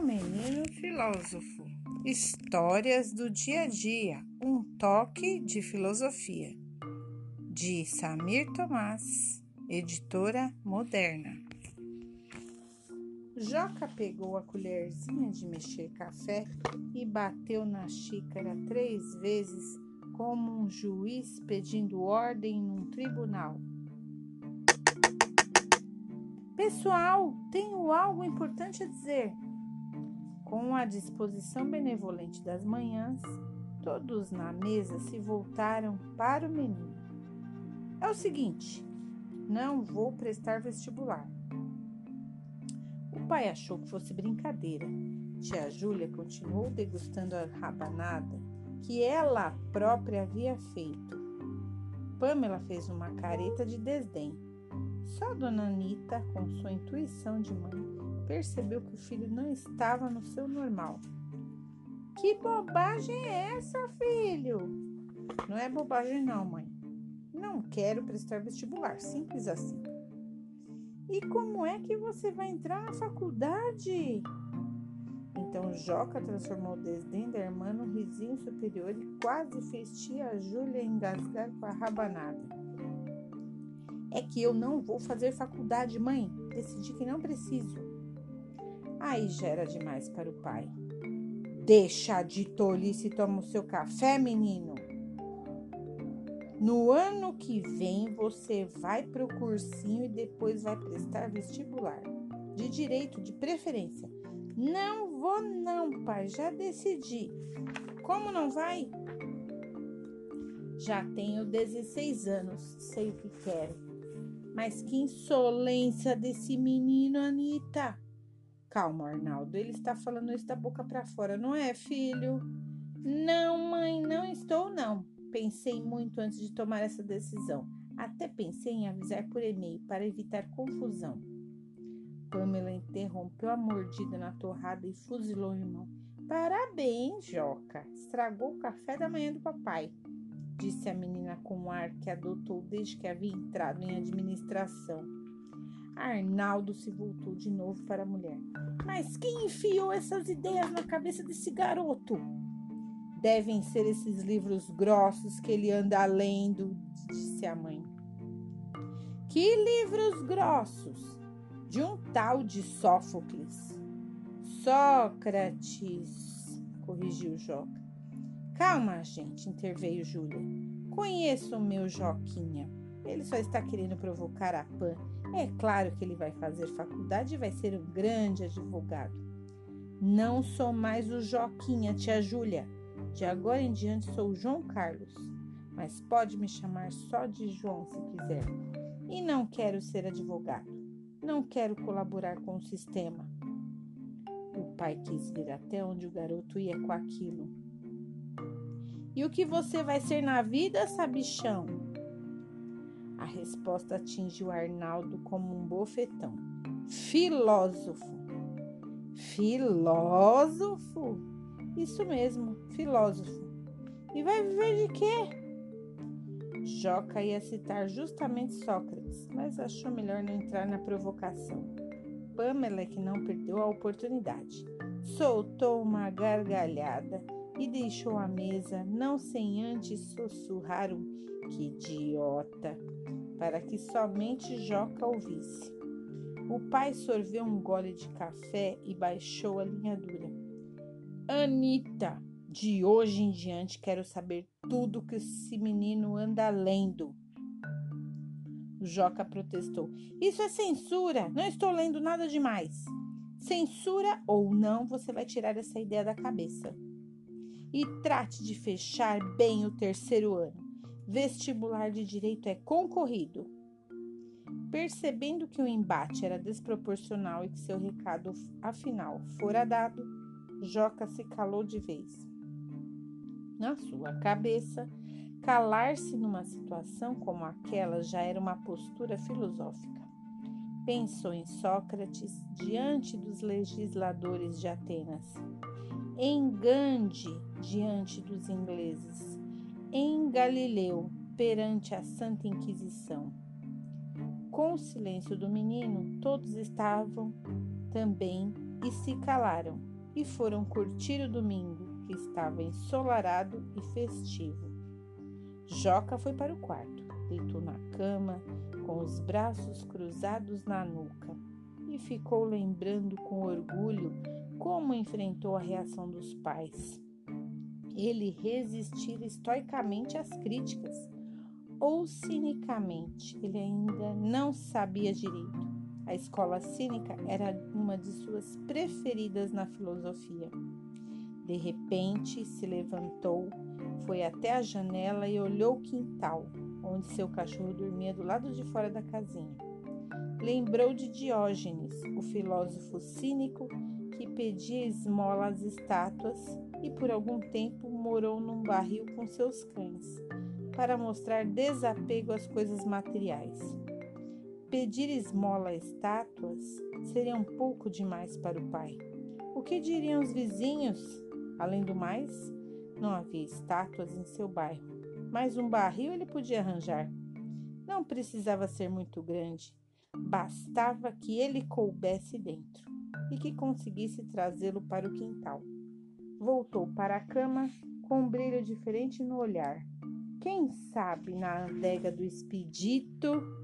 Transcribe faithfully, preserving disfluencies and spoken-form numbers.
Menino Filósofo. Histórias do dia a dia. Um toque de filosofia. De Samir Tomás, editora Moderna. Joca pegou a colherzinha de mexer café e bateu na xícara três vezes, como um juiz pedindo ordem num tribunal. Pessoal, tenho algo importante a dizer. Com a disposição benevolente das manhãs, todos na mesa se voltaram para o menino. É o seguinte, não vou prestar vestibular. O pai achou que fosse brincadeira. Tia Júlia continuou degustando a rabanada que ela própria havia feito. Pamela fez uma careta de desdém. Só Dona Anita, com sua intuição de mãe, percebeu que o filho não estava no seu normal. Que bobagem é essa, filho? Não é bobagem não, mãe. Não quero prestar vestibular, simples assim. E como é que você vai entrar na faculdade? Então Joca transformou o desdém da irmã num risinho superior e quase fez tia Júlia engasgar com a rabanada. É que eu não vou fazer faculdade, mãe. Decidi que não preciso. Aí já era demais para o pai. Deixa de tolice e toma o seu café, menino. No ano que vem você vai para o cursinho e depois vai prestar vestibular. De direito, de preferência. Não vou não, pai. Já decidi. Como não vai? Já tenho dezesseis anos. Sei o que quero. Mas que insolência desse menino, Anita. Calma, Arnaldo, ele está falando isso da boca para fora, não é, filho? Não, mãe, não estou, não. Pensei muito antes de tomar essa decisão. Até pensei em avisar por e-mail para evitar confusão. Pamela interrompeu a mordida na torrada e fuzilou o irmão. Parabéns, Joca. Estragou o café da manhã do papai, disse a menina com um ar que adotou desde que havia entrado em administração. Arnaldo se voltou de novo para a mulher. Mas quem enfiou essas ideias na cabeça desse garoto? Devem ser esses livros grossos que ele anda lendo, disse a mãe. Que livros grossos? De um tal de Sófocles. Sócrates, corrigiu Joca. Calma, gente, interveio Júlia. Conheço o meu Joquinha. Ele só está querendo provocar a Pan. É claro que ele vai fazer faculdade e vai ser um grande advogado. Não sou mais o Joquinha, tia Júlia. De agora em diante sou o João Carlos. Mas pode me chamar só de João se quiser. E não quero ser advogado. Não quero colaborar com o sistema. O pai quis ver até onde o garoto ia com aquilo. E o que você vai ser na vida, sabichão? A resposta atingiu Arnaldo como um bofetão. Filósofo. Filósofo? Isso mesmo, filósofo. E vai viver de quê? Joca ia citar justamente Sócrates, mas achou melhor não entrar na provocação. Pamela, que não perdeu a oportunidade, soltou uma gargalhada e deixou a mesa, não sem antes sussurrar um "que idiota", para que somente Joca ouvisse. O pai sorveu um gole de café e baixou a linha dura. Anita, de hoje em diante quero saber tudo que esse menino anda lendo. Joca protestou. Isso é censura, não estou lendo nada demais. Censura ou não, você vai tirar essa ideia da cabeça. E trate de fechar bem o terceiro ano. Vestibular de direito é concorrido. Percebendo que o embate era desproporcional e que seu recado, afinal, fora dado, Joca se calou de vez. Na sua cabeça, calar-se numa situação como aquela já era uma postura filosófica. Pensou em Sócrates diante dos legisladores de Atenas, em Gandhi diante dos ingleses, em Galileu perante a Santa Inquisição. Com o silêncio do menino, todos estavam também e se calaram. e foram curtir o domingo, que estava ensolarado e festivo. Joca foi para o quarto, deitou na cama, com os braços cruzados na nuca, e ficou lembrando com orgulho como enfrentou a reação dos pais. Ele resistira estoicamente às críticas, ou cinicamente, ele ainda não sabia direito. A escola cínica era uma de suas preferidas na filosofia. De repente, se levantou, foi até a janela e olhou o quintal, onde seu cachorro dormia do lado de fora da casinha. Lembrou de Diógenes, o filósofo cínico que pedia esmola às estátuas e por algum tempo morou num barril com seus cães, para mostrar desapego às coisas materiais. Pedir esmola a estátuas seria um pouco demais para o pai. O que diriam os vizinhos? Além do mais, não havia estátuas em seu bairro, mas um barril ele podia arranjar. Não precisava ser muito grande, bastava que ele coubesse dentro e que conseguisse trazê-lo para o quintal. Voltou para a cama com um brilho diferente no olhar. Quem sabe na adega do Expedito